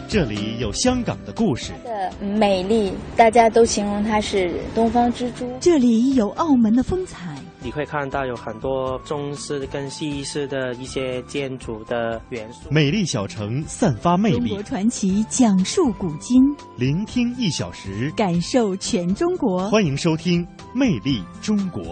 这里有香港的故事， 的美丽，大家都形容它是东方之珠。 这里有澳门的风采， 你会看到有很多中式跟西式的一些建筑的元素。 美丽小城散发魅力， 中国传奇讲述古今， 聆听1小时， 感受全中国。 欢迎收听《魅力中国》。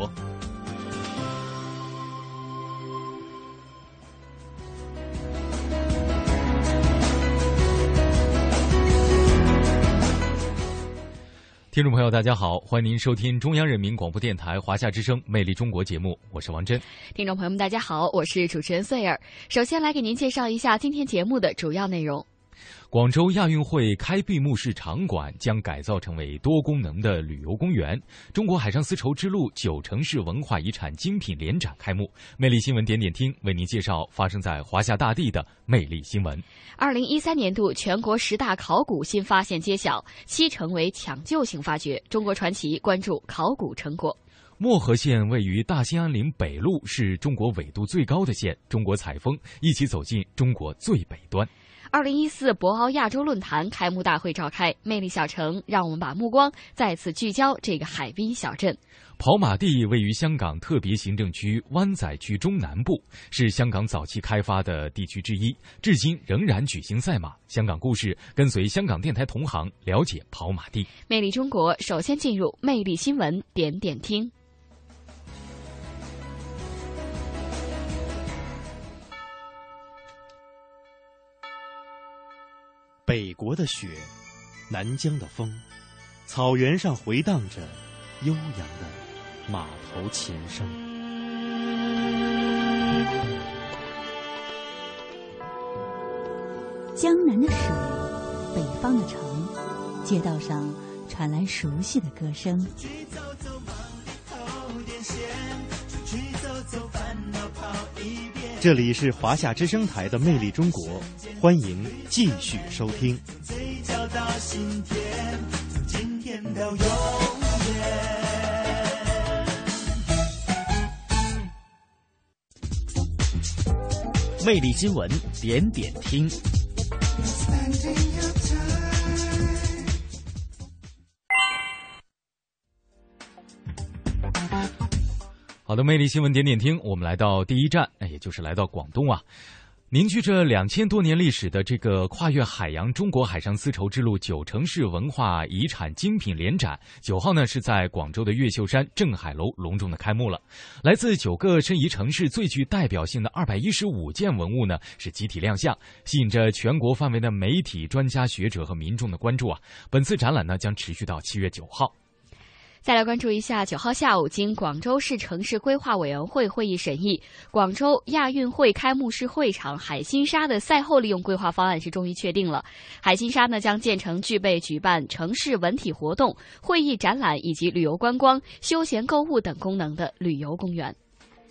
听众朋友大家好，欢迎您收听中央人民广播电台华夏之声魅力中国节目，我是王真。 听众朋友们大家好，我是主持人穗儿。首先来给您介绍一下今天节目的主要内容。 广州亚运会开闭幕式场馆将改造成为多功能的旅游公园。中国海上丝绸之路9城市文化遗产精品联展开幕。魅力新闻点点听为您介绍发生在华夏大地的魅力新闻。 2013年度全国10大考古新发现揭晓，7成为抢救性发掘。中国传奇关注考古成果。 漠河县位于大兴安岭北麓，是中国纬度最高的县。中国采风，一起走进中国最北端。 2014博鳌亚洲论坛开幕大会召开，魅力小城让我们把目光再次聚焦这个海滨小镇。 跑马地位于香港特别行政区湾仔区中南部，是香港早期开发的地区之一，至今仍然举行赛马。香港故事，跟随香港电台同行了解跑马地。 魅力中国首先进入魅力新闻点点听。 北国的雪，南疆的风，草原上回荡着悠扬的马头琴声。 江南的水，北方的城，街道上传来熟悉的歌声。 这里是华夏之声台的魅力中国，欢迎继续收听。 魅力新闻点点听。 好的，魅力新闻点点听，我们来到第一站，也就是来到广东啊。凝聚着2000多年历史的这个跨越海洋中国海上丝绸之路9城市文化遗产精品联展，9号呢是在广州的越秀山镇海楼隆重的开幕了。来自9个申遗城市最具代表性的215件文物呢是集体亮相，吸引着全国范围的媒体、专家学者和民众的关注啊。本次展览呢将持续到7月9号。 再来关注一下9号下午，经广州市城市规划委员会会议审议，广州亚运会开幕式会场海心沙的赛后利用规划方案是终于确定了。海心沙呢将建成具备举办城市文体活动、会议展览以及旅游观光、休闲购物等功能的旅游公园。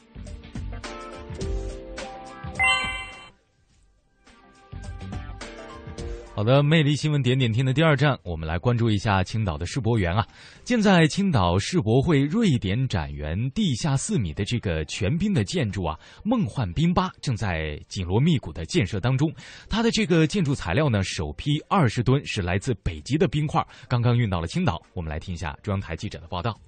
好的，魅力新闻点点听的第二站，我们来关注一下青岛的世博园啊。建在青岛世博会瑞典展园地下4米的这个全冰的建筑啊，梦幻冰吧正在紧锣密鼓的建设当中。它的这个建筑材料呢，首批20吨是来自北极的冰块，刚刚运到了青岛。我们来听一下中央台记者的报道。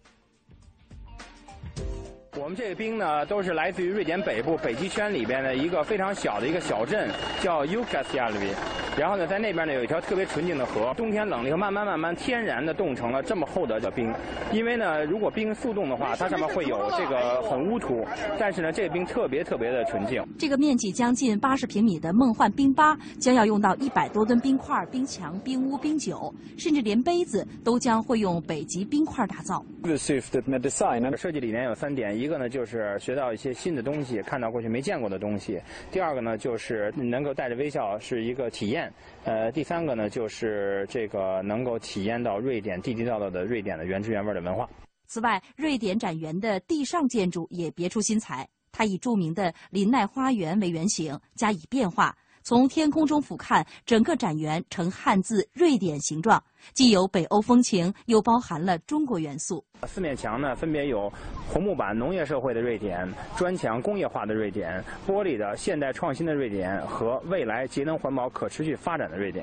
我们这个冰呢，都是来自于瑞典北部北极圈里边的一个非常小的一个小镇，叫 Jukkasjärvi。然后呢，在那边呢有一条特别纯净的河，冬天冷了以后，慢慢天然的冻成了这么厚的冰。因为呢，如果冰速冻的话，它上面会有这个很污土，但是呢，这个冰特别的纯净。 这个面积将近80平米的梦幻冰吧，将要用到100多吨冰块、冰墙、冰屋、冰酒，甚至连杯子都将会用北极冰块打造。 设计理念有3点，一个呢就是学到一些新的东西，看到过去没见过的东西；第二个呢就是能够带着微笑，是一个体验；第三个呢就是这个能够体验到瑞典地地道道的瑞典的原汁原味的文化。 此外，瑞典展园的地上建筑也别出心裁，它以著名的林奈花园为原型，加以变化， 从天空中俯瞰，整个展园呈汉字“瑞典”形状，既有北欧风情，又包含了中国元素。 四面墙呢，分别有红木板农业社会的瑞典、砖墙工业化的瑞典、玻璃的现代创新的瑞典和未来节能环保可持续发展的瑞典。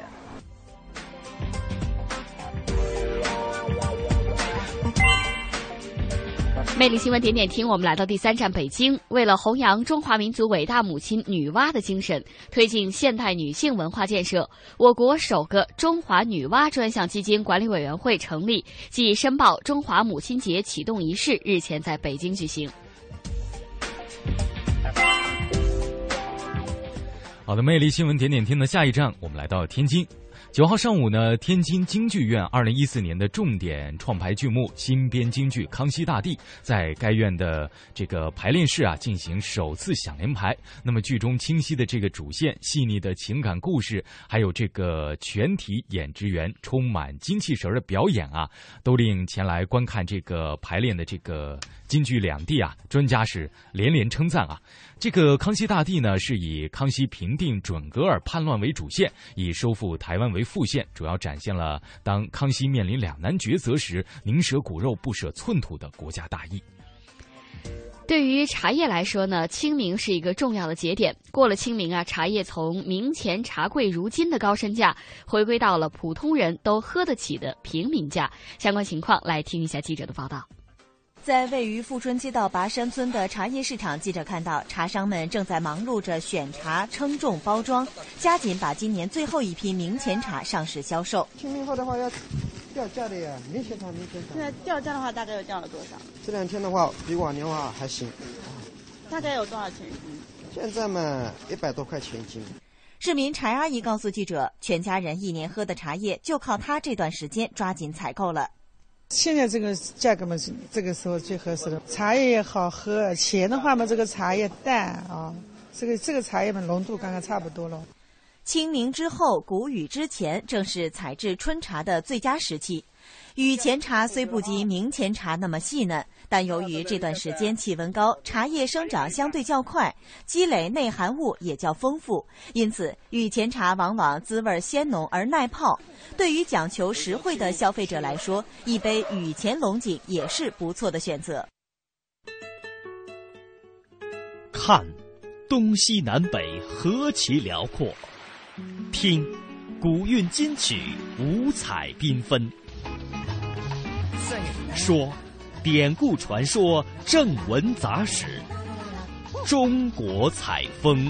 魅力新闻点点听，我们来到第3站北京。为了弘扬中华民族伟大母亲女娲的精神，推进现代女性文化建设，我国首个中华女娲专项基金管理委员会成立暨申报中华母亲节启动仪式日前在北京举行。 好的，魅力新闻点点听的下一站，我们来到天津。9号上午呢，天津京剧院2014年的重点创排剧目新编京剧《康熙大帝》在该院的这个排练室进行首次响联排。那么剧中清晰的这个主线、细腻的情感故事，还有这个全体演职员充满精气神的表演都令前来观看这个排练的这个京剧两地专家是连连称赞这个《康熙大帝》呢，是以康熙平定准噶尔叛乱为主线，以收复台湾为副线，主要展现了当康熙面临两难抉择时，宁舍骨肉不舍寸土的国家大义。 对于茶叶来说呢，清明是一个重要的节点。过了清明茶叶从明前茶贵如今的高身价，回归到了普通人都喝得起的平民价。相关情况来听一下记者的报道。 在位于富春街道拔山村的茶叶市场，记者看到茶商们正在忙碌着选茶、称重、包装，加紧把今年最后一批明前茶上市销售。 清明后的话要掉价的呀，明前茶。 现在掉价的话，大概又掉了多少？ 这2天的话，比往年的话还行。 大概有多少钱一斤？ 现在嘛，100多块钱一斤。 市民柴阿姨告诉记者，全家人1年喝的茶叶就靠她这段时间抓紧采购了。 现在这个价格嘛，是这个时候最合适的。茶叶也好喝，钱的话嘛，这个茶叶淡这个茶叶嘛，浓度刚刚差不多了。 清明之后，谷雨之前，正是采制春茶的最佳时期。雨前茶虽不及明前茶那么细嫩，但由于这段时间气温高，茶叶生长相对较快，积累内含物也较丰富，因此雨前茶往往滋味鲜浓而耐泡。对于讲求实惠的消费者来说，一杯雨前龙井也是不错的选择。 看，东西南北何其辽阔；听，古韵今曲五彩缤纷。说，典故传说，正文杂史，中国采风。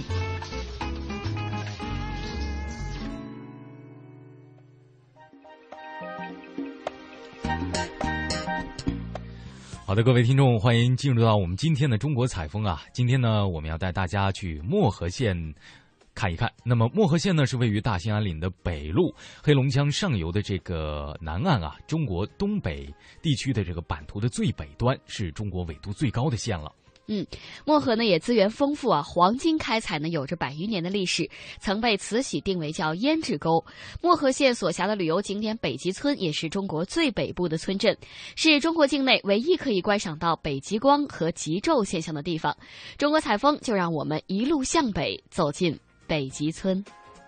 好的，各位听众，欢迎进入到我们今天的中国采风今天呢，我们要带大家去漠河县看一看。那么漠河县呢，是位于大兴安岭的北麓，黑龙江上游的这个南岸中国东北地区的这个版图的最北端，是中国纬度最高的县了。 漠河呢也资源丰富黄金开采呢有着100余年的历史，曾被慈禧定为叫胭脂沟。漠河县所辖的旅游景点北极村也是中国最北部的村镇，是中国境内唯一可以观赏到北极光和极昼现象的地方。中国采风就让我们一路向北，走进北极村。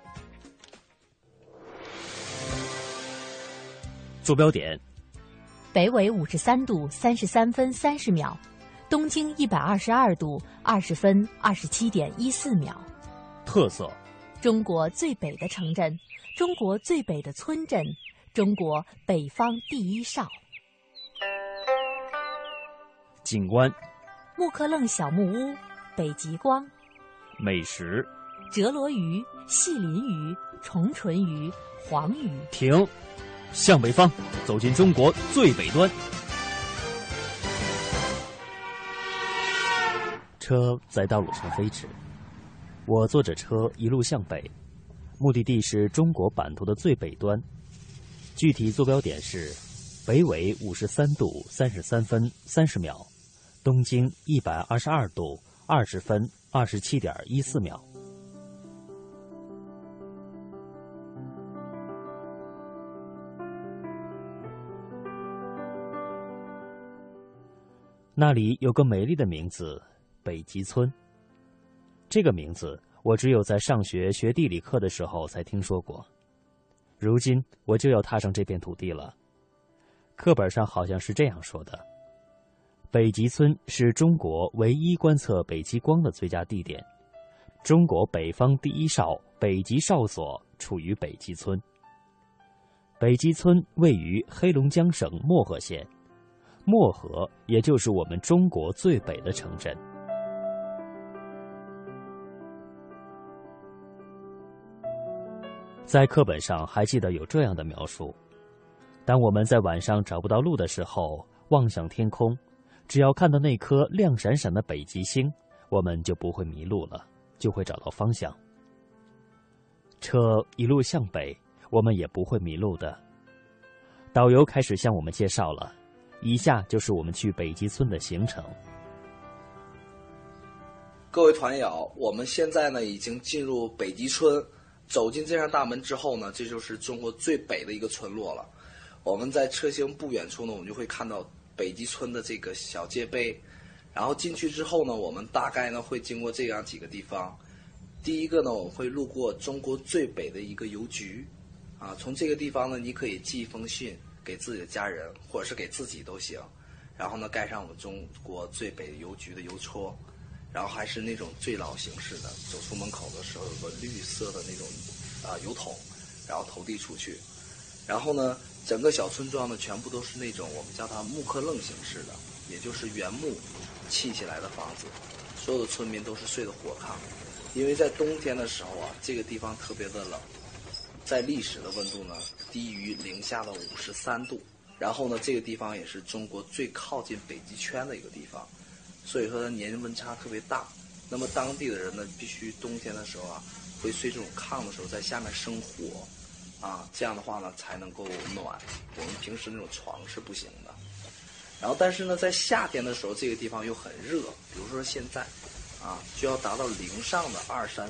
坐标点： 北纬53度33分30秒，东经122度20分27.14秒。 特色： 中国最北的城镇，中国最北的村镇，中国北方第一哨。 景观： 木刻楞小木屋，北极光。 美食： 折罗鱼、细鳞鱼、重唇鱼、黄鱼。 停，向北方，走进中国最北端。车在道路上飞驰，我坐着车一路向北，目的地是中国版图的最北端，具体坐标点是北纬53度33分30秒，东经122度20分27.14秒。那里有个美丽的名字，北极村。这个名字我我只有在上学学地理课的时候才听说过。如今我就要踏上这片土地了。课本上好像是这样说的：北极村是中国唯一观测北极光的最佳地点，中国北方第一哨北极哨所处于北极村。北极村位于黑龙江省漠河县，漠河也就是我们中国最北的城镇。在课本上还记得有这样的描述：当我们在晚上找不到路的时候，望向天空，只要看到那颗亮闪闪的北极星，我们就不会迷路了，就会找到方向。车一路向北，我们也不会迷路的。导游开始向我们介绍了，以下就是我们去北极村的行程。 各位团友，我们现在呢已经进入北极村，走进这扇大门之后呢，这就是中国最北的一个村落了。我们在车行不远处呢，我们就会看到北极村的这个小界碑。然后进去之后呢，我们大概呢会经过这样几个地方。第一个呢，我们会路过中国最北的一个邮局，从这个地方呢，你可以寄一封信给自己的家人，或者是给自己都行。然后呢，盖上我们中国最北邮局的邮戳，然后还是那种最老形式的，走出门口的时候有个绿色的那种邮筒，然后投递出去。然后呢，整个小村庄呢全部都是那种我们叫它木刻楞形式的，也就是原木砌起来的房子，所有的村民都是睡的火炕。因为在冬天的时候这个地方特别的冷，在历史的温度呢低于零下的53度。然后呢，这个地方也是中国最靠近北极圈的一个地方，所以说它年温差特别大。那么当地的人呢，必须冬天的时候会睡这种炕的时候在下面生火这样的话呢才能够暖，我们平时那种床是不行的。然后但是呢，在夏天的时候这个地方又很热，比如说现在就要达到零上的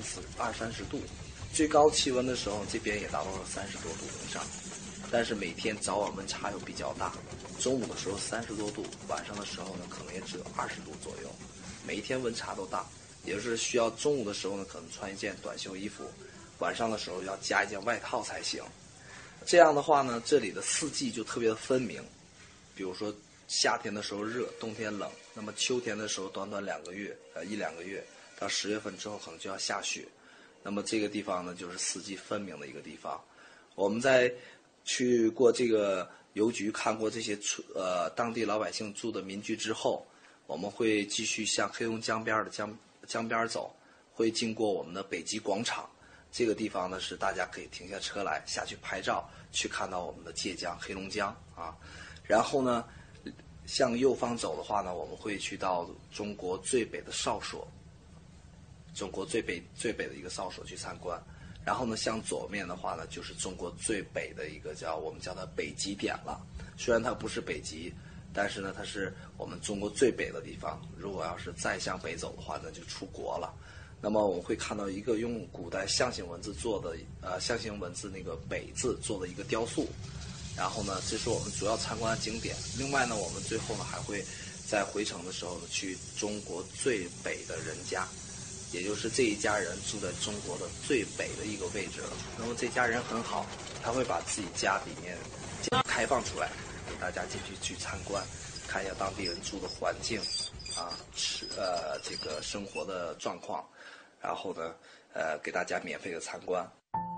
20-30度，最高气温的时候这边也达到了30多度零上。但是每天早晚温差又比较大，中午的时候30多度，晚上的时候呢可能也只有20度左右，每一天温差都大，也就是需要中午的时候呢可能穿一件短袖衣服，晚上的时候要加一件外套才行。这样的话呢，这里的四季就特别的分明，比如说夏天的时候热，冬天冷，那么秋天的时候短短1-2个月，到10月份之后可能就要下雪。那么这个地方呢就是四季分明的一个地方。我们在去过这个邮局，看过这些当地老百姓住的民居之后，我们会继续向黑龙江边的江边走，会经过我们的北极广场。这个地方呢是大家可以停下车来下去拍照，去看到我们的界江黑龙江然后呢向右方走的话呢，我们会去到中国最北的哨所，中国最北的一个哨所去参观。然后呢，向左面的话呢，就是中国最北的一个我们叫它北极点了。虽然它不是北极，但是呢，它是我们中国最北的地方。如果要是再向北走的话呢，就出国了。那么我们会看到一个用古代象形文字做的象形文字那个北字做的一个雕塑。然后呢，这是我们主要参观的景点。另外呢，我们最后呢还会在回程的时候呢，去中国最北的人家。也就是这一家人住在中国的最北的一个位置了。那么这家人很好，他会把自己家里面开放出来，给大家进去参观，看一下当地人住的环境这个生活的状况，然后呢给大家免费的参观。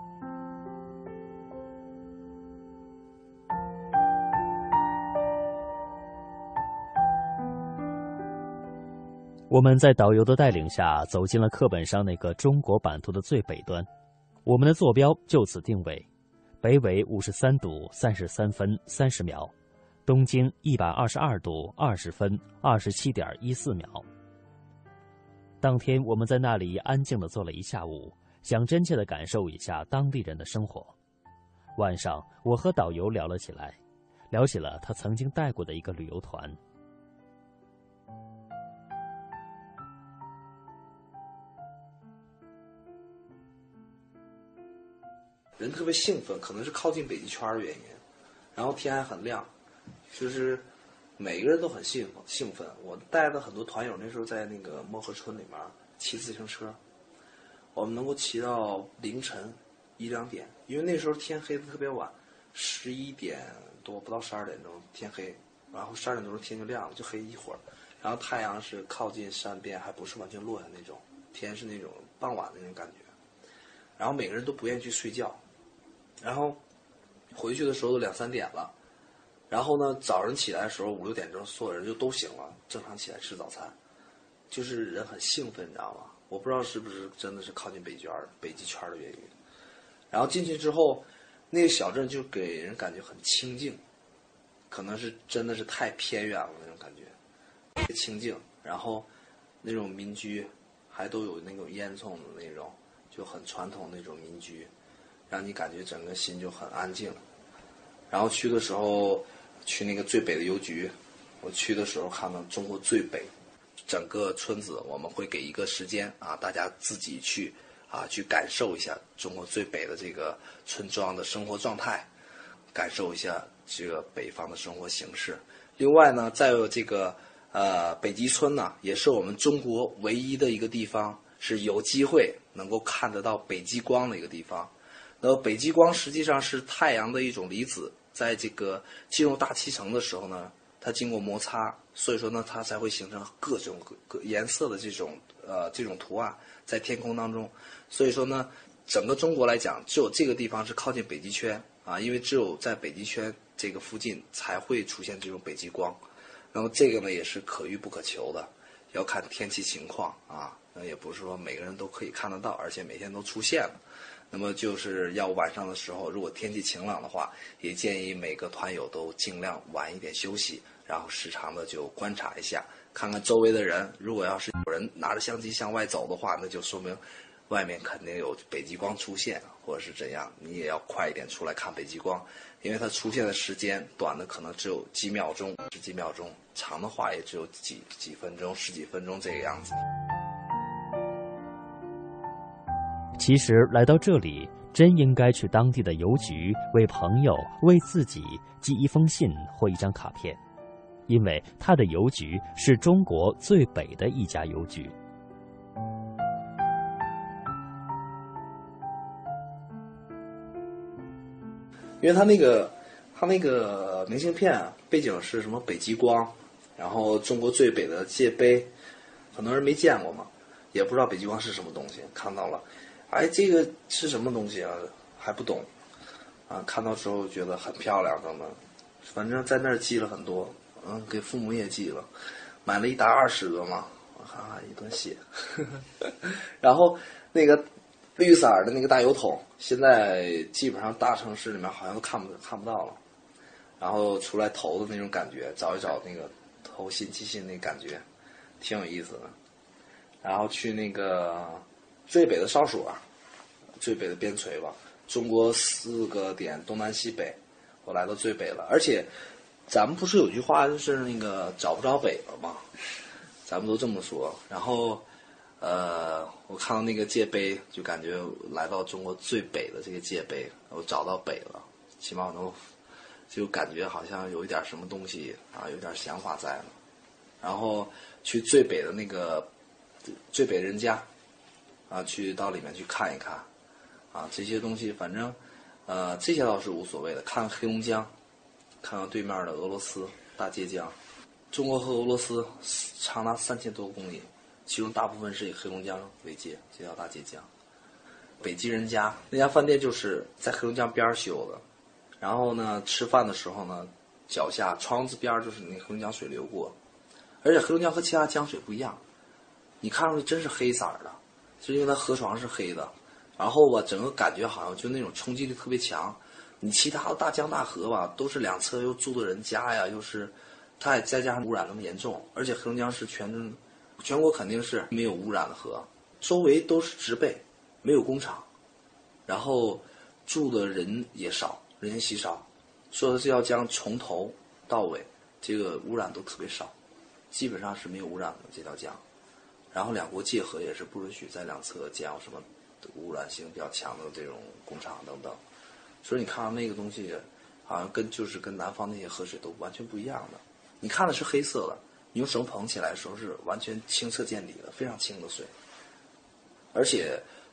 我们在导游的带领下走进了课本上那个中国版图的最北端，我们的坐标就此定位，北纬53度33分30秒，东经122度20分27.14秒。当天我们在那里安静地坐了一下午，想真切地感受一下当地人的生活。晚上我和导游聊了起来，聊起了他曾经带过的一个旅游团。 人特别兴奋，可能是靠近北极圈的原因，然后天还很亮，就是每个人都很兴奋。我带的很多团友那时候在那个漠河村里面骑自行车， 我们能够骑到凌晨1-2点，因为那时候天黑的特别晚，11点多不到12点钟天黑，然后12点多天就亮了，就黑一会儿，然后太阳是靠近山边，还不是完全落下那种，天是那种傍晚的那种感觉，然后每个人都不愿意去睡觉，然后回去的时候都2-3点了，然后呢早上起来的时候5-6点钟，所有人就都醒了，正常起来吃早餐，就是人很兴奋，你知道吗？我不知道是不是真的是靠近北极圈的原因。然后进去之后，那个小镇就给人感觉很清静，可能是真的是太偏远了那种感觉，清静。然后那种民居还都有那种烟囱的那种，就很传统那种民居，让你感觉整个心就很安静。然后去的时候去那个最北的邮局，我去的时候看到中国最北。整个村子我们会给一个时间啊，大家自己去去感受一下中国最北的这个村庄的生活状态，感受一下这个北方的生活形式。另外呢，再有这个北极村呢，也是我们中国唯一的一个地方是有机会能够看得到北极光的一个地方。那北极光实际上是太阳的一种离子，在这个进入大气层的时候呢，它经过摩擦，所以说呢，它才会形成各种颜色的这种图案在天空当中。所以说呢，整个中国来讲，只有这个地方是靠近北极圈啊，因为只有在北极圈这个附近才会出现这种北极光。那么这个呢，也是可遇不可求的，要看天气情况啊。那也不是说每个人都可以看得到，而且每天都出现了。那么就是要晚上的时候，如果天气晴朗的话，也建议每个团友都尽量晚一点休息，然后时常的就观察一下，看看周围的人。如果要是有人拿着相机向外走的话，那就说明外面肯定有北极光出现，或者是怎样，你也要快一点出来看北极光，因为它出现的时间短的可能只有几秒钟、10几秒钟，长的话也只有几分钟、10几分钟这个样子。 其实来到这里，真应该去当地的邮局，为朋友、为自己寄一封信或一张卡片，因为它的邮局是中国最北的一家邮局。 因为它那个明信片啊，背景是什么北极光，然后中国最北的界碑，很多人没见过嘛，也不知道北极光是什么东西，看到了。哎，这个是什么东西啊？还不懂，看到之后觉得很漂亮，等等，反正在那儿寄了很多，给父母也寄了，买了一沓20个嘛，我看看一顿写，然后那个绿色的那个大邮筒，现在基本上大城市里面好像都看不到了，然后出来投的那种感觉，找一找那个投信寄信那感觉，挺有意思的，然后去那个。最北的哨所，最北的边陲吧，中国4个点东南西北，我来到最北了。而且咱们不是有句话就是那个找不着北了吗？咱们都这么说。然后我看到那个界碑，就感觉来到中国最北的这个界碑，我找到北了，起码我能就感觉好像有一点什么东西有点想法在了。然后去最北的那个最北人家。去到里面去看一看，这些东西反正，这些倒是无所谓的。看黑龙江，看到对面的俄罗斯大界江，中国和俄罗斯长达3000多公里，其中大部分是以黑龙江为界，这条大界江。北极人家那家饭店就是在黑龙江边修的，然后呢，吃饭的时候呢，脚下窗子边就是那黑龙江水流过，而且黑龙江和其他江水不一样，你看上去真是黑色的。是因为它河床是黑的，然后吧，整个感觉好像就那种冲击力特别强。你其他的大江大河吧，都是两侧又住的人家呀，又是，它也再加上污染那么严重，而且黑龙江是全国肯定是没有污染的河，周围都是植被，没有工厂，然后住的人也少，人烟稀少，所以这条江从头到尾这个污染都特别少，基本上是没有污染的这条江。然后两国界河也是不允许在两侧建有什么污染性比较强的这种工厂等等，所以你看到那个东西，好像跟南方那些河水都完全不一样的。你看的是黑色的，你用手捧起来的时候是完全清澈见底的，非常清的水。而且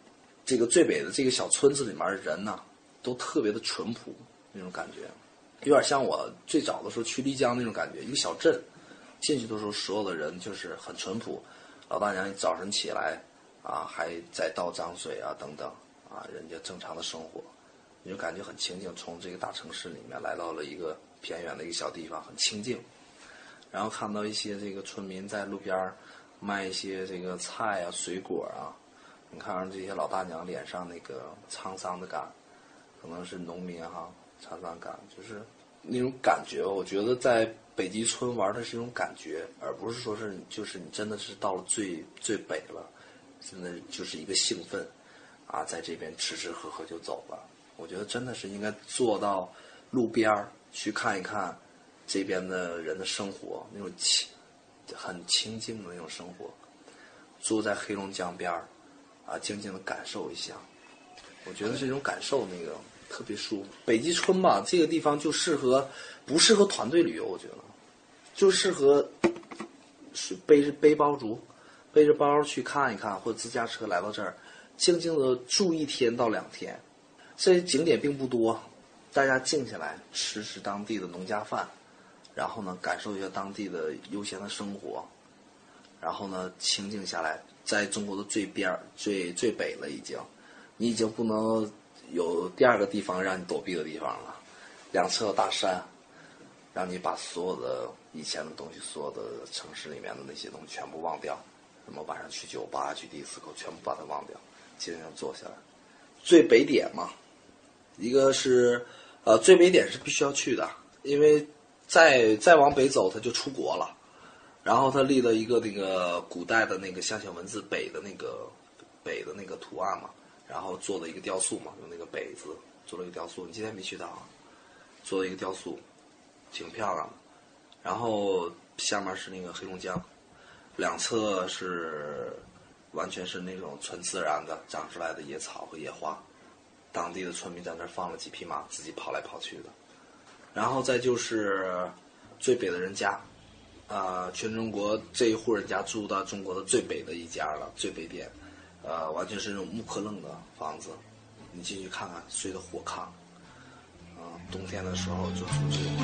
这个最北的这个小村子里面的人呢，都特别的淳朴那种感觉，有点像我最早的时候去丽江那种感觉，一个小镇，进去的时候所有的人就是很淳朴，老大娘早晨起来啊，还在倒脏水啊等等啊，人家正常的生活，你就感觉很清静。从这个大城市里面来到了一个偏远的一个小地方，很清静。然后看到一些这个村民在路边卖一些这个菜啊、水果啊，你看这些老大娘脸上那个沧桑的感，可能是农民哈沧桑感，就是那种感觉。我觉得在北极村玩的是一种感觉，而不是说是就是你真的是到了最北了，真的就是一个兴奋啊，在这边吃吃喝喝就走了。我觉得真的是应该坐到路边去看一看这边的人的生活，那种很清静的那种生活，坐在黑龙江边啊，静静的感受一下。我觉得这种感受那个特别舒服。北极村吧，这个地方就不适合团队旅游，我觉得就适合背包族，背着包去看一看，或者自驾车来到这儿，静静的住1天到2天。这些景点并不多，大家静下来吃当地的农家饭，然后呢感受一下当地的悠闲的生活，然后呢清静下来。在中国的最北了，你已经不能有第二个地方让你躲避的地方了。两侧有大山，让你把所有的以前的东西，所有的城市里面的那些东西全部忘掉，什么晚上去酒吧、去迪斯科，全部把它忘掉，静静坐下来。最北点嘛，一个是最北点是必须要去的，因为再往北走它就出国了。然后他立了一个那个古代的那个象形文字北的那个图案嘛，然后做了一个雕塑嘛，用那个北字做了一个雕塑。你今天没去到啊？做了一个雕塑，挺漂亮的。然后下面是那个黑龙江，两侧是完全是那种纯自然的长出来的野草和野花，当地的村民在那儿放了几匹马，自己跑来跑去的。然后再就是最北的人家。全中国这一户人家住到中国的最北的一家了，最北点，完全是那种木壳楞的房子，你进去看看，睡的火炕，冬天的时候就住这种。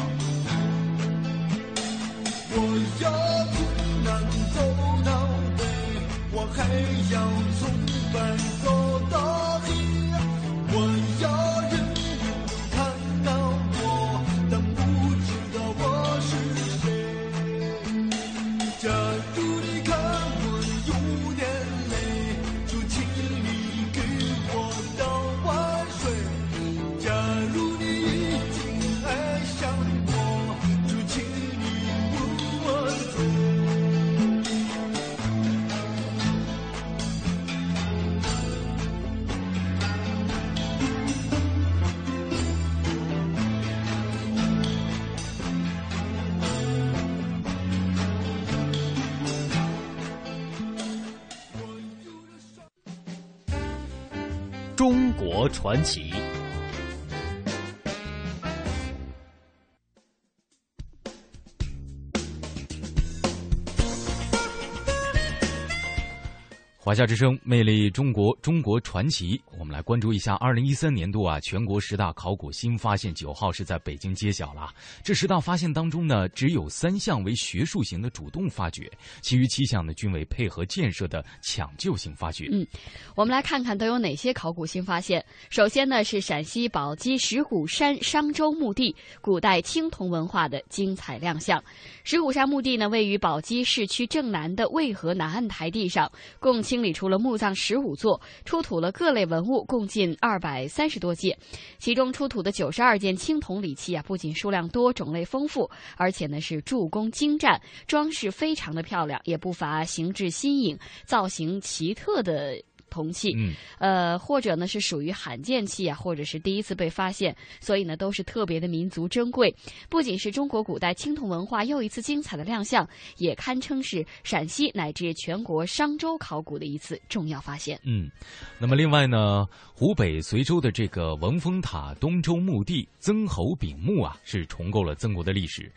我要从南走到北，我还要从北走到黑，我要人人都看到我，但不知道我是谁。假如你看我有点累，就请你给我倒碗水。假如你已经爱上我，就请你吻我嘴。 中国传奇。 华夏之声，魅力中国，中国传奇。我们来关注一下2013年度全国10大考古新发现，9号是在北京揭晓了。这10大发现当中呢，只有3项为学术型的主动发掘，其余7项呢均为配合建设的抢救性发掘。 我们来看看都有哪些考古新发现。首先呢是陕西宝鸡石虎山商周墓地，古代青铜文化的精彩亮相。石虎山墓地呢位于宝鸡市区正南的渭河南岸台地上，共清理出了墓葬15座，出土了各类文物共近230多件，其中出土的92件青铜礼器不仅数量多、种类丰富，而且呢是铸工精湛，装饰非常的漂亮，也不乏形制新颖、造型奇特的铜器，或者呢是属于罕见器或者是第一次被发现，所以呢都是特别的民族珍贵。不仅是中国古代青铜文化又一次精彩的亮相，也堪称是陕西乃至全国商周考古的一次重要发现。 那么另外呢，湖北随州的这个文峰塔东周墓地曾侯丙墓是重构了曾国的历史。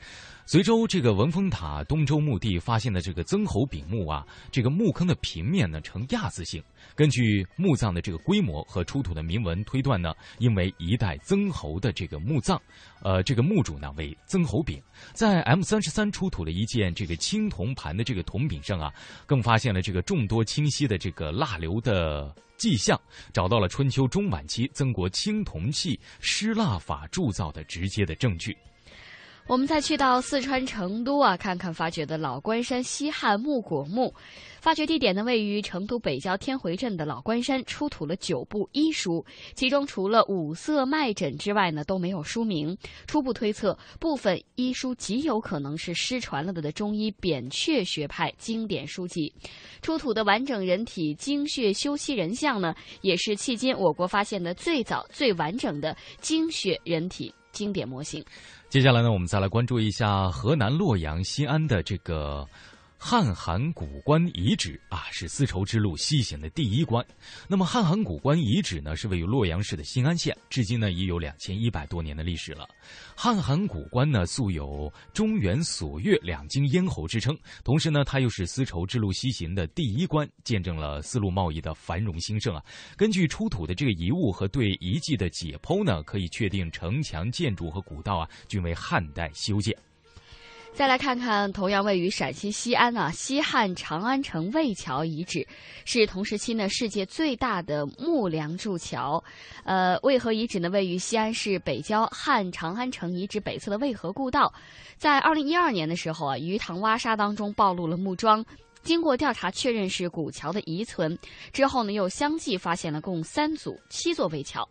随州这个文峰塔东周墓地发现的这个曾侯丙墓啊，这个墓坑的平面呢呈亚字形。根据墓葬的这个规模和出土的铭文推断呢，因为一代曾侯的这个墓葬，这个墓主呢为曾侯丙。在 M33出土了一件这个青铜盘的这个铜柄上啊，更发现了这个众多清晰的这个蜡流的迹象，找到了春秋中晚期曾国青铜器施蜡法铸造的直接的证据。 我们再去到四川成都啊，看看发掘的老关山西汉木椁墓。发掘地点呢位于成都北郊天回镇的老关山，出土了9部医书，其中除了五色脉诊之外呢都没有书名。初步推测，部分医书极有可能是失传了的中医扁鹊学派经典书籍。出土的完整人体精血修息人像呢，也是迄今我国发现的最早最完整的精血人体经典模型。 接下来呢，我们再来关注一下河南洛阳西安的这个汉函谷关遗址啊，是丝绸之路西行的第一关。那么汉函谷关遗址呢，是位于洛阳市的新安县，至今呢已有2100多年的历史了。汉函谷关呢，素有中原锁月两京咽喉之称，同时呢，它又是丝绸之路西行的第一关，见证了丝路贸易的繁荣兴盛啊。根据出土的这个遗物和对遗迹的解剖呢，可以确定城墙建筑和古道啊，均为汉代修建。 再来看看同样位于陕西西安啊，西汉长安城魏桥遗址，是同时期呢世界最大的木梁筑桥。渭河遗址呢位于西安市北郊汉长安城遗址北侧的渭河故道。在2012年的时候啊，鱼塘挖沙当中暴露了木桩。经过调查确认是古桥的遗存，之后呢又相继发现了共3组7座魏桥。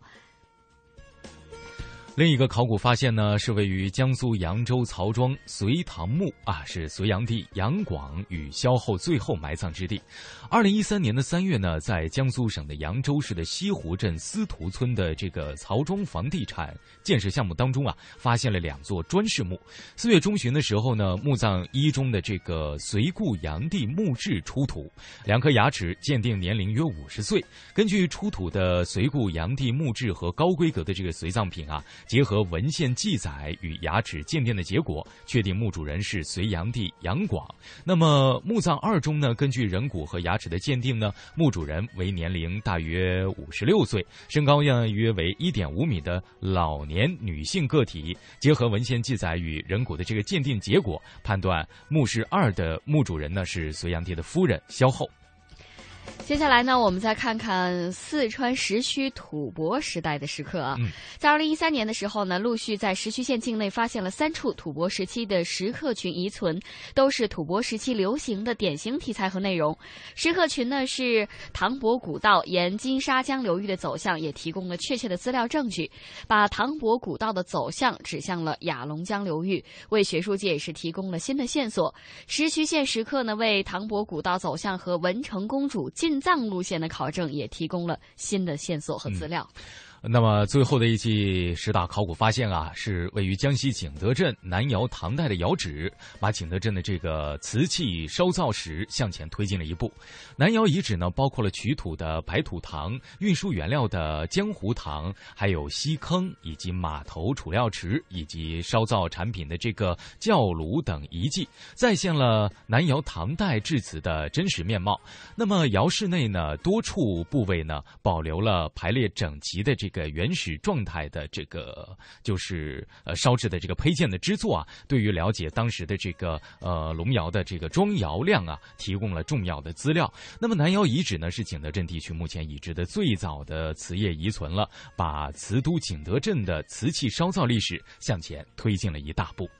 另一个考古发现呢，是位于江苏扬州曹庄隋唐墓啊，是隋炀帝杨广与萧后最后埋葬之地。2013年的3月呢，在江苏省的扬州市的西湖镇司徒村的这个曹庄房地产建设项目当中啊，发现了2座砖室墓。4月中旬的时候呢，墓葬一中的这个隋故炀帝墓志出土，2颗牙齿鉴定年龄约50岁。根据出土的隋故炀帝墓志和高规格的这个随葬品啊，结合文献记载与牙齿鉴定的结果，确定墓主人是隋炀帝杨广。那么墓葬2中呢，根据人骨和牙齿的鉴定呢，墓主人为年龄大约56岁，身高约为1.5米的老年女性个体。结合文献记载与人骨的这个鉴定结果，判断墓室2的墓主人呢是隋炀帝的夫人萧后。 接下来呢，我们再看看四川石渠吐蕃时代的石刻啊。在2013年的时候呢，陆续在石渠县境内发现了3处吐蕃时期的石刻群遗存，都是吐蕃时期流行的典型题材和内容。石刻群呢是唐伯古道沿金沙江流域的走向，也提供了确切的资料证据，把唐伯古道的走向指向了雅龙江流域，为学术界也是提供了新的线索。石渠县石刻呢，为唐伯古道走向和文成公主进藏路线的考证也提供了新的线索和资料。 那么最后的一记10大考古发现啊，是位于江西景德镇南窑唐代的窑址，把景德镇的这个瓷器烧造史向前推进了一步。南窑遗址呢，包括了取土的白土塘、运输原料的江湖塘，还有溪坑以及码头储料池以及烧造产品的这个窖炉等遗迹，再现了南窑唐代制瓷的真实面貌。那么窑室内呢，多处部位呢保留了排列整齐的这个原始状态的这个就是烧制的这个胚件的制作啊，对于了解当时的这个龙窑的这个装窑量啊，提供了重要的资料。那么南窑遗址呢，是景德镇地区目前已知的最早的瓷业遗存了，把瓷都景德镇的瓷器烧造历史向前推进了一大步。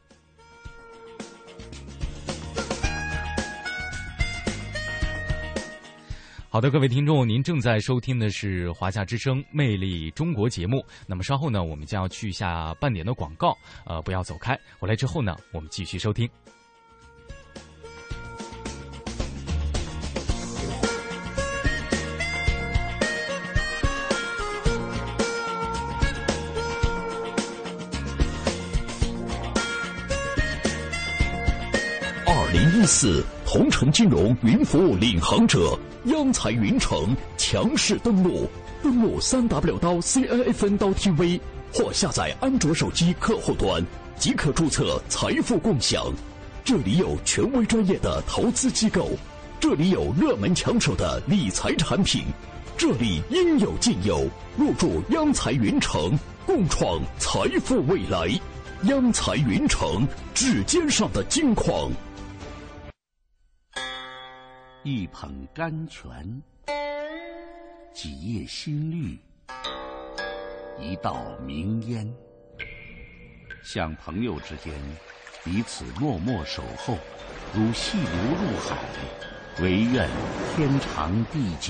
好的，各位听众，您正在收听的是华夏之声《魅力中国》节目。那么稍后呢，我们将要去下半点的广告，不要走开。回来之后呢，我们继续收听。 2014同城金融云服务领航者央财云城强势登陆3w.cnfn.tv 或下载安卓手机客户端即可注册财富共享。这里有权威专业的投资机构，这里有热门抢手的理财产品，这里应有尽有。入驻央财云城，共创财富未来。央财云城，指尖上的金矿。 一捧甘泉，几叶新绿，一道明烟。像朋友之间，彼此默默守候，如细流入海，唯愿天长地久。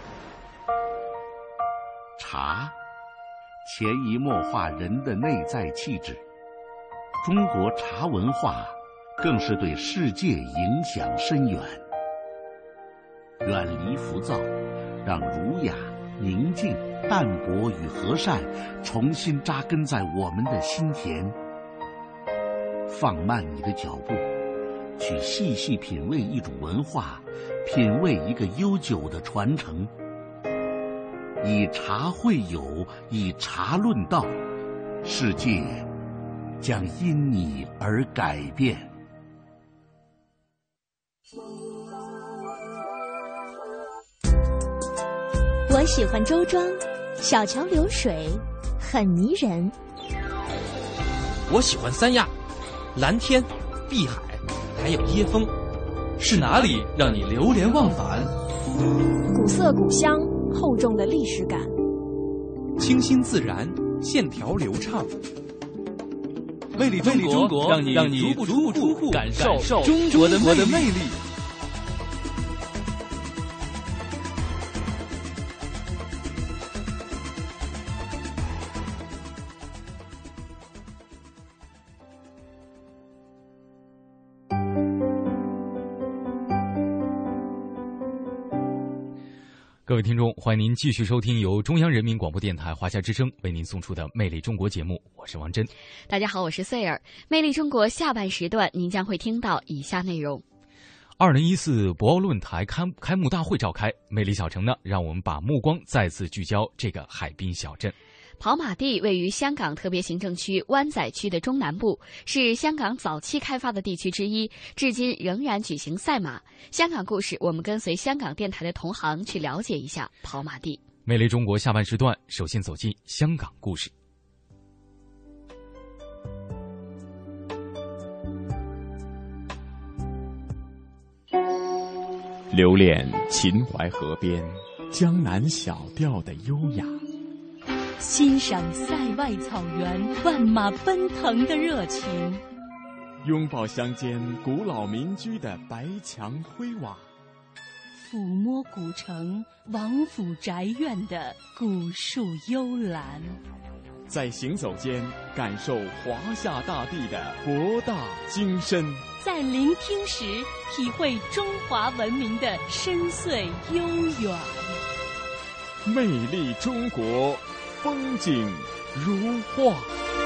茶，潜移默化人的内在气质。中国茶文化，更是对世界影响深远。远离浮躁，让儒雅、宁静、淡泊与和善重新扎根在我们的心田。放慢你的脚步，去细细品味一种文化，品味一个悠久的传承。以茶会友，以茶论道，世界将因你而改变。 我喜欢周庄，小桥流水，很迷人。 我喜欢三亚，蓝天、碧海，还有椰风。是哪里让你流连忘返？ 古色古香，厚重的历史感， 清新自然，线条流畅。魅力中国，让你足不出户感受中国的魅力。 各位听众，欢迎您继续收听由中央人民广播电台华夏之声为您送出的《魅力中国》节目，我是王珍。 大家好，我是穗儿。《魅力中国》下半时段，您将会听到以下内容：2014博鳌论坛开幕大会召开，魅力小城呢，让我们把目光再次聚焦这个海滨小镇。跑马地位于香港特别行政区湾仔区的中南部，是香港早期开发的地区之一，至今仍然举行赛马。香港故事，我们跟随香港电台的同行去了解一下跑马地。魅力中国下半时段，首先走进香港故事。 留恋秦淮河边江南小调的优雅， 欣赏塞外草原万马奔腾的热情， 拥抱乡间古老民居的白墙灰瓦， 抚摸古城王府宅院的古树幽兰， 在行走间感受华夏大地的博大精深， 在聆听时体会中华文明的深邃悠远。 魅力中国，风景如画。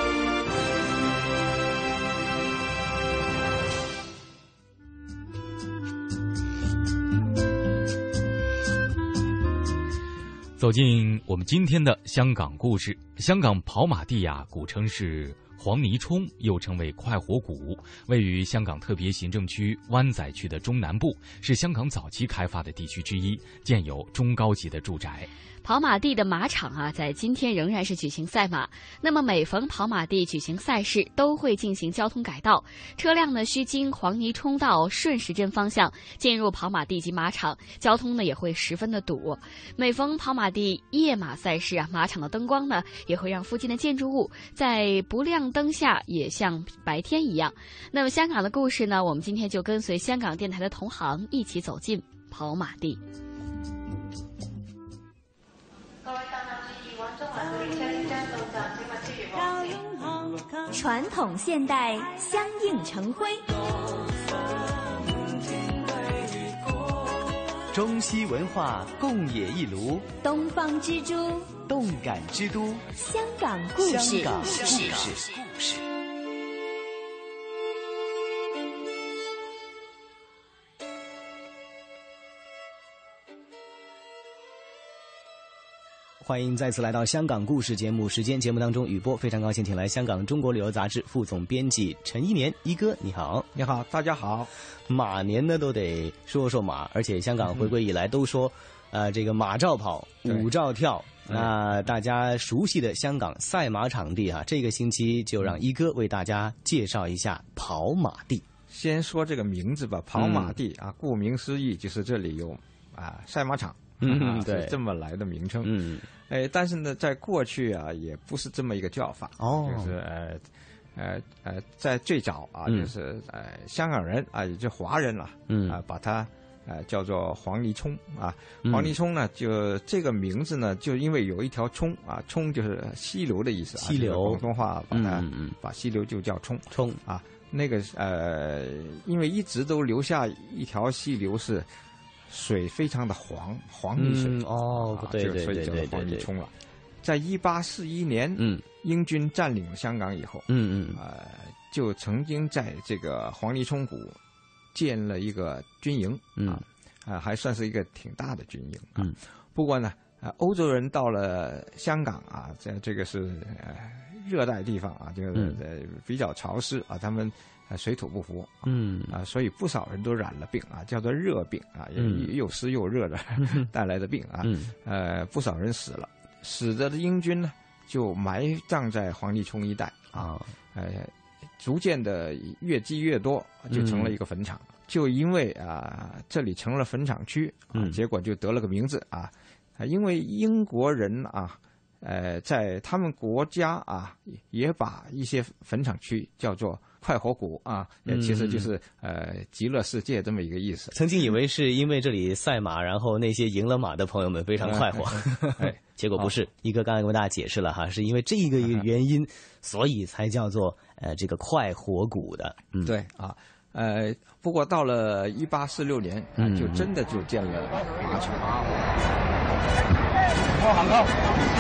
走进我们今天的香港故事。香港跑马地呀，古称是黄泥涌，又称为快活谷，位于香港特别行政区湾仔区的中南部，是香港早期开发的地区之一，建有中高级的住宅。跑马地的马场啊，在今天仍然是举行赛马。那么每逢跑马地举行赛事，都会进行交通改道，车辆呢需经黄泥涌道顺时针方向进入跑马地及马场，交通呢也会十分的堵。每逢跑马地夜马赛事啊，马场的灯光呢也会让附近的建筑物在不亮灯下也像白天一样。那么香港的故事呢，我们今天就跟随香港电台的同行一起走进跑马地。 传统现代相映成辉， 中西文化共冶一炉， 东方之珠， 动感之都， 香港故事。 香港故事。 欢迎再次来到香港故事节目时间。节目当中，雨波非常高兴请来香港中国旅游杂志副总编辑陈一年一哥，你好。 你好，大家好。 马年呢都得说说马，而且香港回归以来都说，这个马照跑，舞照跳。那大家熟悉的香港赛马场地啊，这个星期就让一哥为大家介绍一下跑马地。 先说这个名字吧，跑马地啊，顾名思义就是这里有赛马场， 对， 是这么来的名称。但是呢，在过去啊，也不是这么一个叫法，就是在最早啊，就是香港人啊，也就华人了，把它叫做黄泥涌啊。黄泥涌呢，就这个名字呢，就因为有一条涌啊，涌就是溪流的意思啊， 溪流， 广东话把它把溪流就叫涌啊。那个因为一直都留下一条溪流是水非常的黄泥水对， 所以叫做黄泥涌了。在1841年，英军占领了香港以后，就曾经在这个黄泥涌谷建了一个军营还算是一个挺大的军营不过呢，欧洲人到了香港啊，这个是热带地方啊，这个比较潮湿啊，他们水土不服所以不少人都染了病啊，叫做热病啊，又湿又热的带来的病啊，不少人死了，死的英军呢就埋葬在黄泥涌一带啊，逐渐的越积越多，就成了一个坟场。就因为这里成了坟场区结果就得了个名字啊，因为英国人啊。在他们国家啊，也把一些坟场区叫做快活谷啊，其实就是极乐世界这么一个意思。 曾经以为是因为这里赛马，然后那些赢了马的朋友们非常快活，结果不是。一哥刚才跟大家解释了哈，是因为这个原因，所以才叫做这个快活谷的。 对啊。不过到了1846年就真的就建了马场。 很高。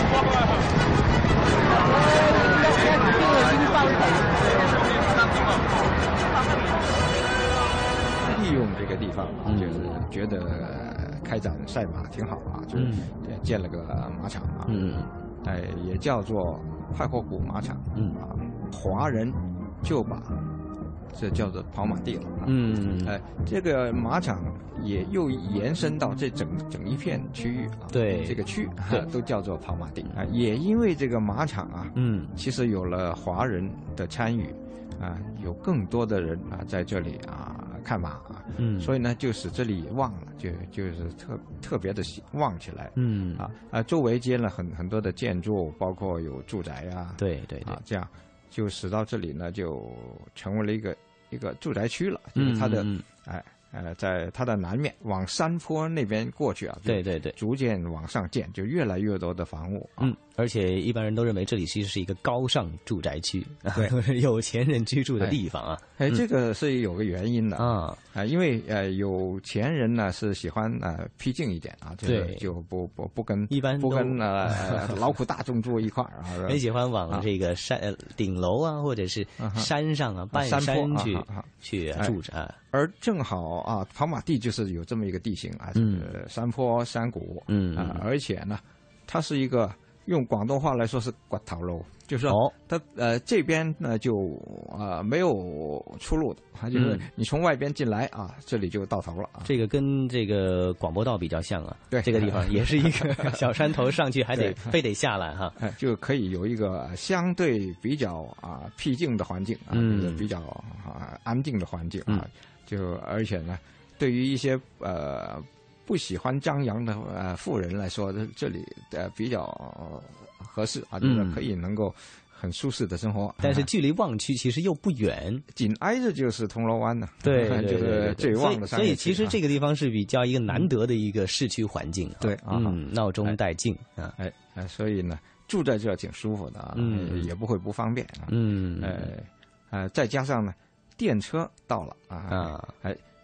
利用这个地方就是觉得开展赛马挺好啊，就建了个马场啊，也叫做快活谷马场华人就把这叫做跑马地了这个马场也又延伸到这整一片区域啊， 对， 这个区都叫做跑马地啊。也因为这个马场啊，其实有了华人的参与啊，有更多的人啊在这里啊看马啊，所以呢就使这里旺了，就是特别的旺起来，周围接了很多的建筑，包括有住宅啊， 对， 这样就使到这里呢就成为了一个住宅区了，就是它的在它的南面往山坡那边过去啊， 对， 逐渐往上建，就越来越多的房屋而且一般人都认为这里其实是一个高尚住宅区， 对， 有钱人居住的地方啊。 这个是有个原因的因为有钱人呢是喜欢僻静一点啊，就不跟劳苦大众住一块儿啊， 很喜欢往这个山顶楼啊，或者是山上啊半山去住着而正好跑马地就是有这么一个地形啊，山坡山谷而且呢，它是一个用广东话来说是掘头路，就是说它这边呢就没有出路的，就是你从外边进来啊，这里就到头了啊。 这个跟这个广播道比较像啊， 对， 这个地方也是一个小山头，上去还得非得下来哈， 就可以有一个相对比较僻静的环境啊，比较安静的环境啊，就而且呢，对于一些不喜欢张扬的富人来说，这里比较合适啊，就是可以能够很舒适的生活。 但是距离旺区其实又不远， 紧挨着就是铜锣湾呢。 对， 就是最旺的商业区。 所以其实这个地方是比较一个难得的一个市区环境。 对， 闹中带静啊， 所以呢，住在这挺舒服的啊，也不会不方便啊。再加上呢，电车到了啊，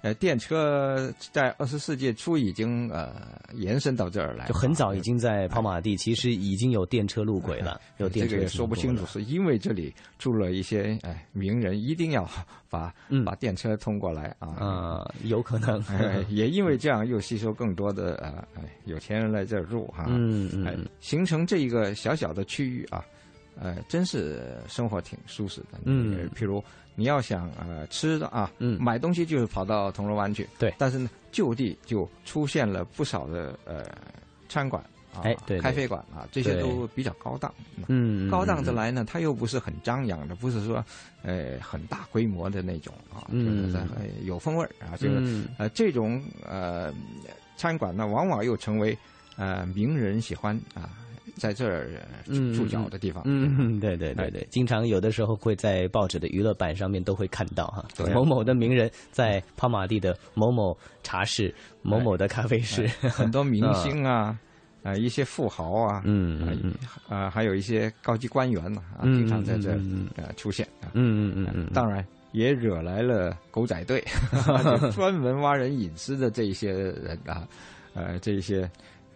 电车在20世纪初已经延伸到这儿来， 就很早已经在跑马地其实已经有电车路轨了，有电车。 这个也说不清楚，是因为这里住了一些名人，一定要把电车通过来啊。 有可能。 也因为这样又吸收更多的有钱人来这儿住哈。形成这一个小小的区域啊，真是生活挺舒适的。譬如你要想吃的啊，买东西就是跑到铜锣湾去。 对， 但是呢，就地就出现了不少的餐馆对， 咖啡馆啊，这些都比较高档。高档的来呢，它又不是很张扬的，不是说很大规模的那种啊，就是有风味啊。就是这种餐馆呢，往往又成为名人喜欢在这儿住脚的地方。 对，经常有的时候会在报纸的娱乐版上面都会看到哈，某某的名人在跑马地的某某茶室、某某的咖啡室， 很多明星啊。一些富豪啊，还有一些高级官员经常在这出现当然也惹来了狗仔队，就专门挖人隐私的这一些人这一些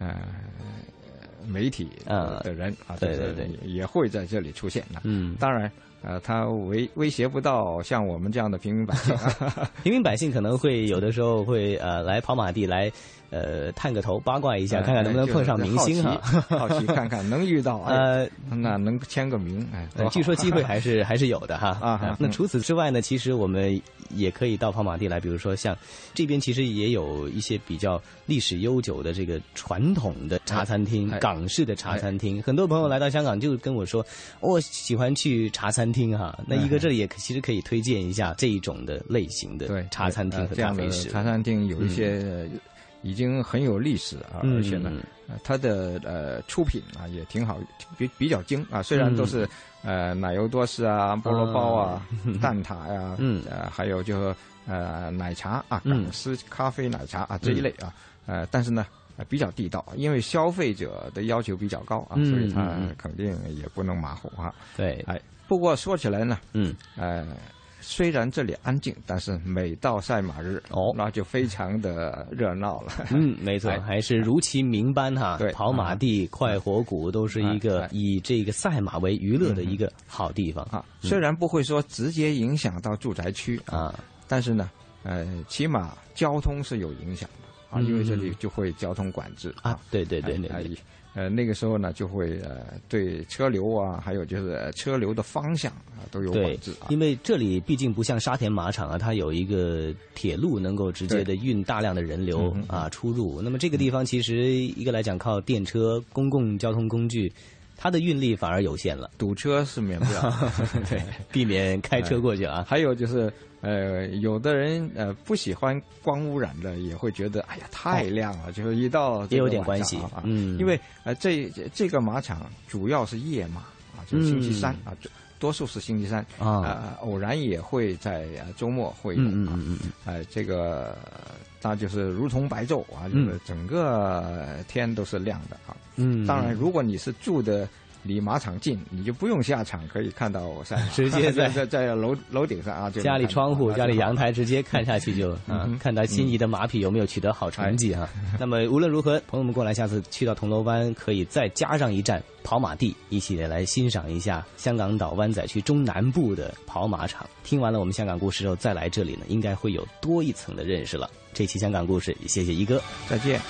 媒体的人对， 也会在这里出现当然。他威胁不到像我们这样的平民百姓， 平民百姓可能会有的时候会来跑马地来探个头八卦一下，看看能不能碰上明星哈， 好奇看看能遇到那能签个名据说机会还是有的哈那除此之外呢，其实我们也可以到跑马地来，比如说像这边其实也有一些比较历史悠久的这个传统的茶餐厅，港式的茶餐厅，很多朋友来到香港就跟我说我喜欢去茶餐厅哈，那一个这里也其实可以推荐一下这一种的类型的茶餐厅和咖啡室。 茶餐厅有一些已经很有历史而且呢，它的出品也挺好，比较精虽然都是奶油多士啊、菠萝包啊、蛋挞呀，还有就奶茶港式咖啡奶茶这一类但是呢比较地道，因为消费者的要求比较高所以它肯定也不能马虎对， 不过说起来呢，虽然这里安静，但是每到赛马日那就非常的热闹了。 没错，还是如其名般哈。对，跑马地、快活谷都是一个以这个赛马为娱乐的一个好地方虽然不会说直接影响到住宅区但是呢，起码交通是有影响的因为这里就会交通管制对。 那个时候呢，就会对车流还有就是车流的方向都有管制因为这里毕竟不像沙田马场它有一个铁路能够直接的运大量的人流出入。那么这个地方其实一个来讲靠电车、公共交通工具，它的运力反而有限了， 堵车是免不了对，避免开车过去还有就是有的人不喜欢光污染的，也会觉得哎呀太亮了，就是一到也有点关系因为这个马场主要是夜马就是星期三多数是星期三偶然也会在周末会有这个那就是如同白昼就是整个天都是亮的当然如果你是住的离马场近，你就不用下场，可以看到赛马， 直接在楼顶上家里窗户、家里阳台直接看下去就看到心仪的马匹有没有取得好成绩那么无论如何，朋友们过来，下次去到铜锣湾可以再加上一站跑马地，一起来欣赏一下香港岛湾仔区中南部的跑马场。听完了我们香港故事之后，再来这里呢，应该会有多一层的认识了。这期香港故事，谢谢一哥， 再见。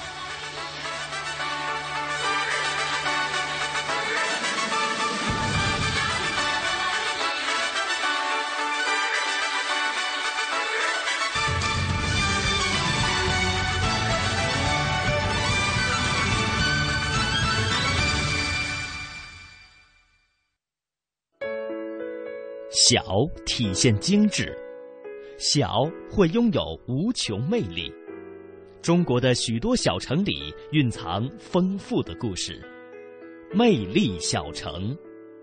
小体现精致，小会拥有无穷魅力。中国的许多小城里蕴藏丰富的故事，魅力小城。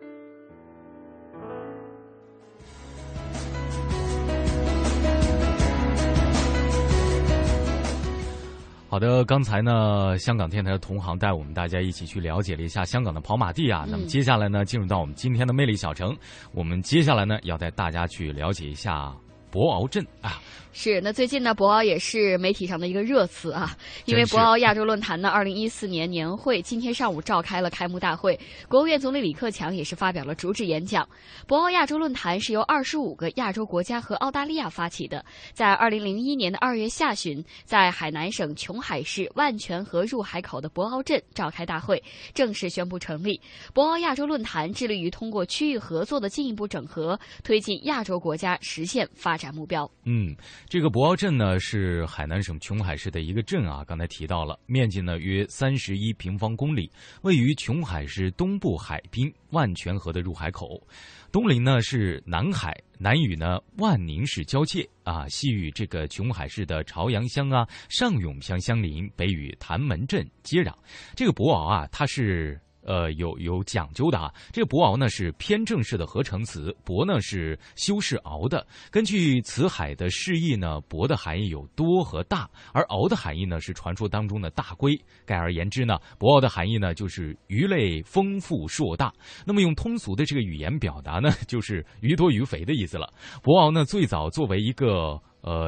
好的，刚才呢，香港电台的同行带我们大家一起去了解了一下香港的跑马地那么接下来呢，进入到我们今天的魅力小城，我们接下来呢，要带大家去了解一下博鳌镇是，那最近呢，博鳌也是媒体上的一个热词啊，因为博鳌亚洲论坛呢2014年年会今天上午召开了开幕大会，国务院总理李克强也是发表了主旨演讲。博鳌亚洲论坛是由25个亚洲国家和澳大利亚发起的，在2001年的2月下旬，在海南省琼海市万泉河入海口的博鳌镇召开大会，正式宣布成立。博鳌亚洲论坛致力于通过区域合作的进一步整合，推进亚洲国家实现发展目标。 这个博鳌镇呢是海南省琼海市的一个镇啊，刚才提到了，面积呢约31平方公里，位于琼海市东部海滨万泉河的入海口，东临呢是南海，南与呢万宁市交界啊，西与这个琼海市的朝阳乡啊、上涌乡相邻，北与潭门镇接壤。这个博鳌啊，它是有讲究的啊。这个博鳌呢是偏正式的合成词，博呢是修饰鳌的。根据词海的释义呢，博的含义有多和大，而鳌的含义呢是传说当中的大龟。概而言之呢，博鳌的含义呢就是鱼类丰富硕大。那么用通俗的这个语言表达呢，就是鱼多鱼肥的意思了。博鳌呢最早作为一个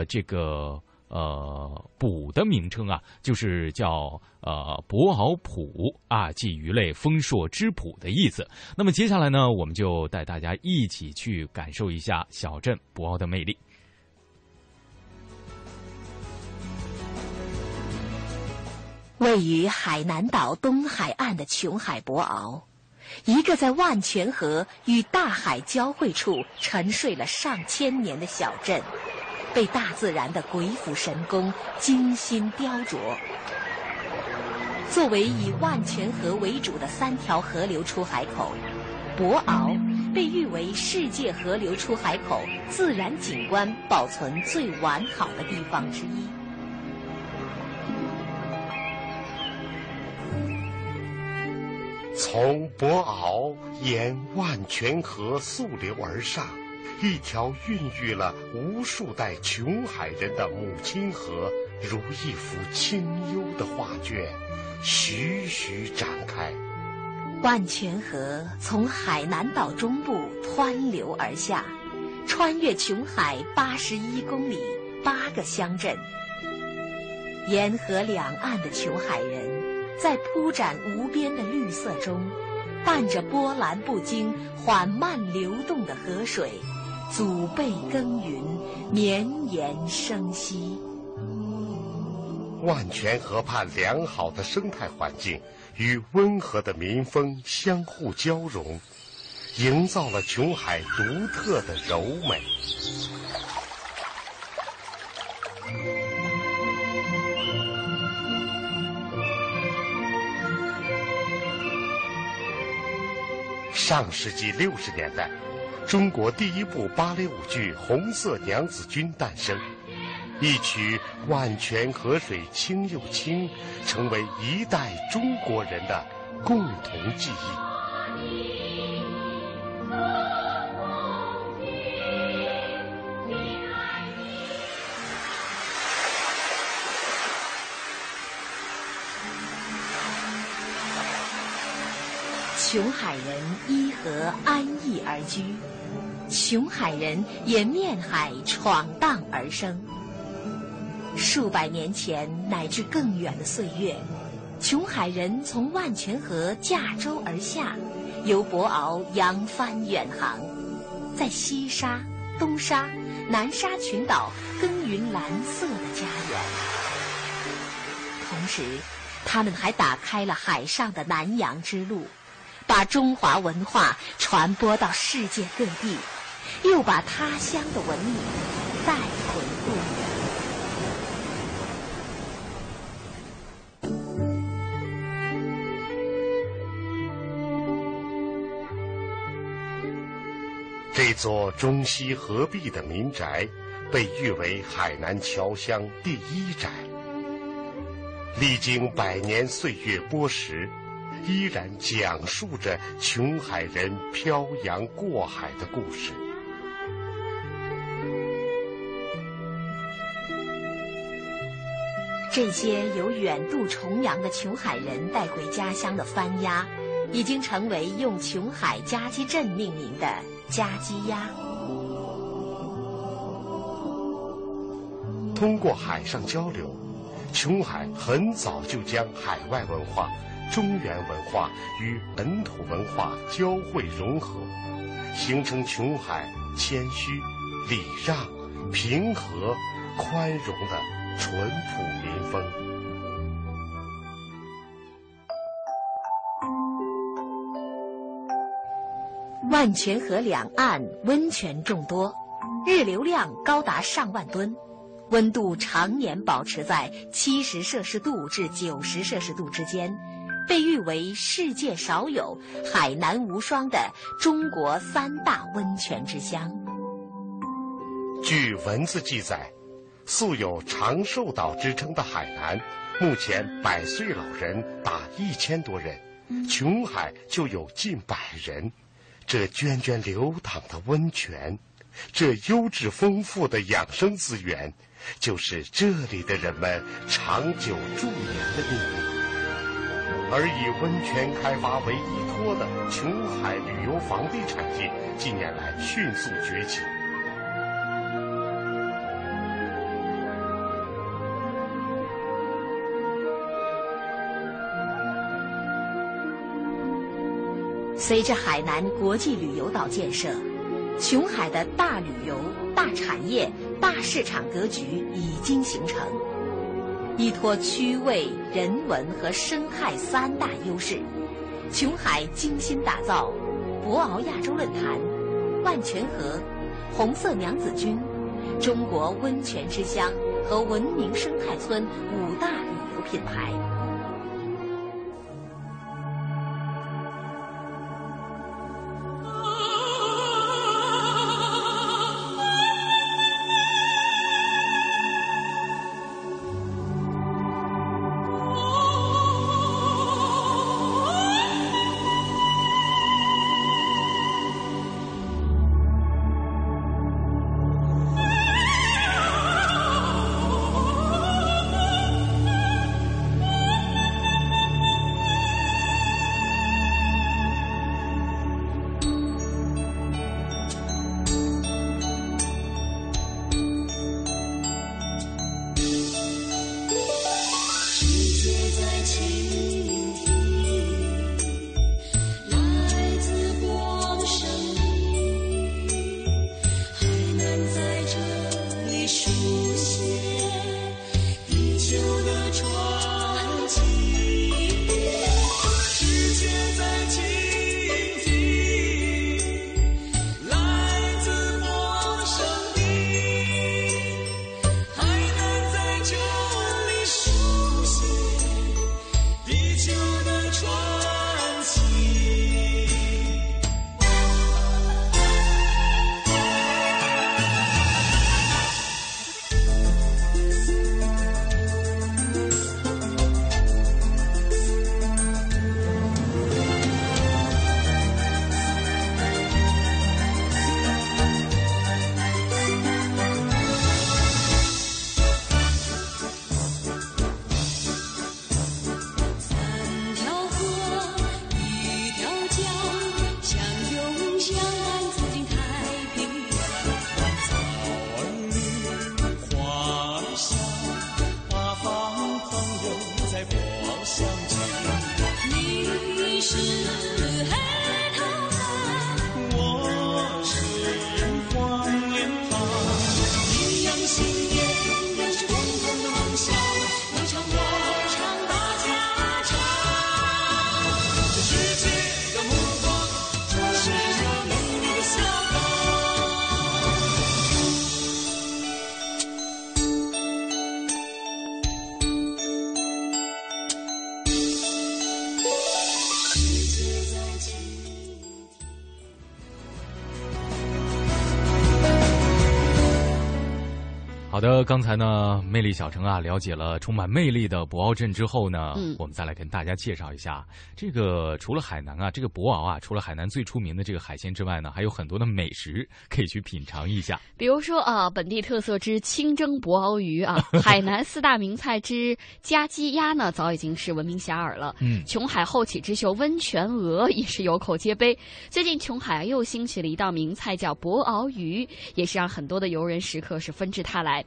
捕的名称啊，就是叫博鳌脯啊，即鱼类丰硕之脯的意思。那么接下来呢，我们就带大家一起去感受一下小镇博鳌的魅力。 位于海南岛东海岸的琼海博鳌，一个在万泉河与大海交汇处沉睡了上千年的小镇，被大自然的鬼斧神工精心雕琢。作为以万泉河为主的3条河流出海口，博鳌被誉为世界河流出海口自然景观保存最完好的地方之一。 从博鳌沿万泉河溯流而上，一条孕育了无数代琼海人的母亲河，如一幅清幽的画卷，徐徐展开。 万泉河从海南岛中部湍流而下，穿越琼海81公里，8个乡镇。沿河两岸的琼海人，在铺展无边的绿色中，伴着波澜不惊、缓慢流动的河水，祖辈耕耘，绵延生息。 万泉河畔良好的生态环境与温和的民风相互交融，营造了琼海独特的柔美。上世纪60年代，中国第一部芭蕾舞剧《红色娘子军》诞生，一曲《万泉河水清又清》成为一代中国人的共同记忆。 琼海人依河安逸而居，琼海人也面海闯荡而生。数百年前乃至更远的岁月，琼海人从万泉河驾舟而下，由博鳌扬帆远航，在西沙、东沙、南沙群岛耕耘蓝色的家园。同时，他们还打开了海上的南洋之路，把中华文化传播到世界各地，又把他乡的文明带回故园。 这座中西合璧的民宅被誉为海南侨乡第一宅，历经100年岁月剥蚀，依然讲述着琼海人漂洋过海的故事。 这些由远渡重洋的琼海人带回家乡的番鸭，已经成为用琼海家鸡镇命名的家鸡鸭。 通过海上交流，琼海很早就将海外文化、中原文化与本土文化交汇融合，形成琼海谦虚、礼让、平和、宽容的淳朴民风。 万泉河两岸温泉众多，日流量高达上万吨，温度常年保持在70摄氏度至90摄氏度之间，被誉为世界少有、海南无双的中国3大温泉之乡。 据文字记载，素有长寿岛之称的海南，目前100岁老人达1000多人，琼海就有近100人。这涓涓流淌的温泉，这优质丰富的养生资源，就是这里的人们长久驻颜的秘密。而以温泉开发为依托的琼海旅游房地产业近年来迅速崛起。 随着海南国际旅游岛建设，琼海的大旅游、大产业、大市场格局已经形成。依托区位、人文和生态3大优势，琼海精心打造博鳌亚洲论坛、万泉河、红色娘子军、中国温泉之乡和文明生态村5大旅游品牌。 好的，刚才呢，魅力小城啊，了解了充满魅力的博鳌镇之后呢，我们再来跟大家介绍一下这个除了海南啊，这个博鳌啊，除了海南最出名的这个海鲜之外呢，还有很多的美食可以去品尝一下。 比如说啊，本地特色之清蒸博鳌鱼啊，海南4大名菜之夹鸡鸭呢，早已经是闻名遐迩了。琼海后起之秀温泉鹅也是有口皆碑。最近琼海又兴起了一道名菜叫博鳌鱼，也是让很多的游人食客是纷至沓来。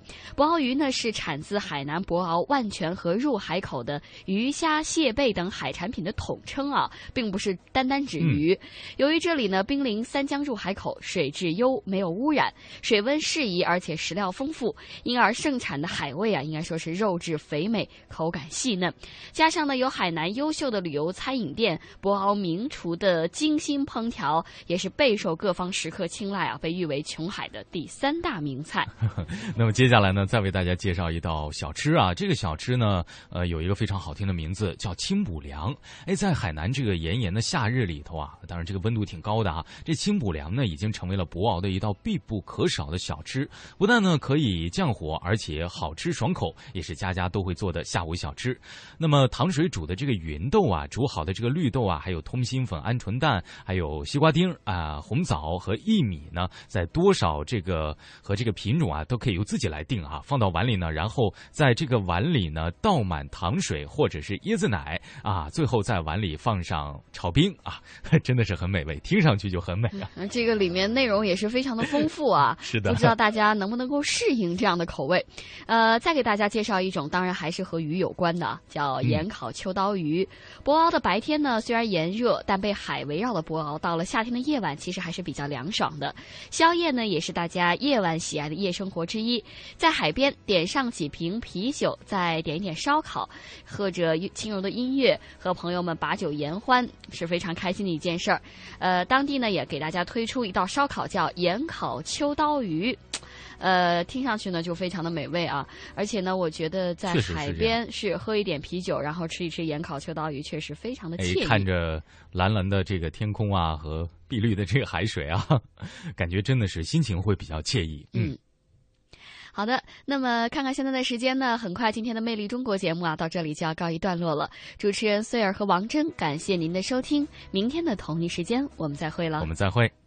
博鳌鱼呢是产自海南博鳌万泉和入海口的鱼虾蟹贝等海产品的统称啊，并不是单单指鱼。由于这里呢濒临三江入海口，水质优，没有污染，水温适宜，而且食料丰富，因而盛产的海味啊，应该说是肉质肥美，口感细嫩。加上呢有海南优秀的旅游餐饮店，博鳌名厨的精心烹调，也是备受各方食客青睐啊，被誉为琼海的第3大名菜。 那么接下来呢，再为大家介绍一道小吃啊。这个小吃呢，有一个非常好听的名字，叫清补凉。哎，在海南这个炎炎的夏日里头啊，当然这个温度挺高的啊，这清补凉呢已经成为了博鳌的一道必不可少的小吃。不但呢可以降火，而且好吃爽口，也是家家都会做的下午小吃。那么糖水煮的这个芸豆啊，煮好的这个绿豆啊，还有通心粉、鹌鹑蛋，还有西瓜丁啊、红枣和薏米呢，在多少这个和这个品种啊，都可以由自己来定啊。放到碗里呢，然后在这个碗里呢倒满糖水或者是椰子奶啊，最后在碗里放上炒冰啊，真的是很美味，听上去就很美啊。 这个里面内容也是非常的丰富啊， 是的， 不知道大家能不能够适应这样的口味。再给大家介绍一种，当然还是和鱼有关的，叫盐烤秋刀鱼。博鳌的白天呢虽然炎热，但被海围绕的博鳌到了夏天的夜晚其实还是比较凉爽的。宵夜呢也是大家夜晚喜爱的夜生活之一，在海边点上几瓶啤酒，再点一点烧烤，喝着轻柔的音乐，和朋友们把酒言欢，是非常开心的一件事儿。当地呢也给大家推出一道烧烤叫盐烤秋刀鱼。听上去呢就非常的美味啊，而且呢，我觉得在海边是喝一点啤酒，然后吃一吃盐烤秋刀鱼，确实非常的惬意。 看着蓝蓝的这个天空啊和碧绿的这个海水啊，感觉真的是心情会比较惬意。 好的，那么看看现在的时间呢，很快今天的《魅力中国》节目啊到这里就要告一段落了。主持人穗儿和王珍，感谢您的收听，明天的同一时间我们再会了。 我们再会。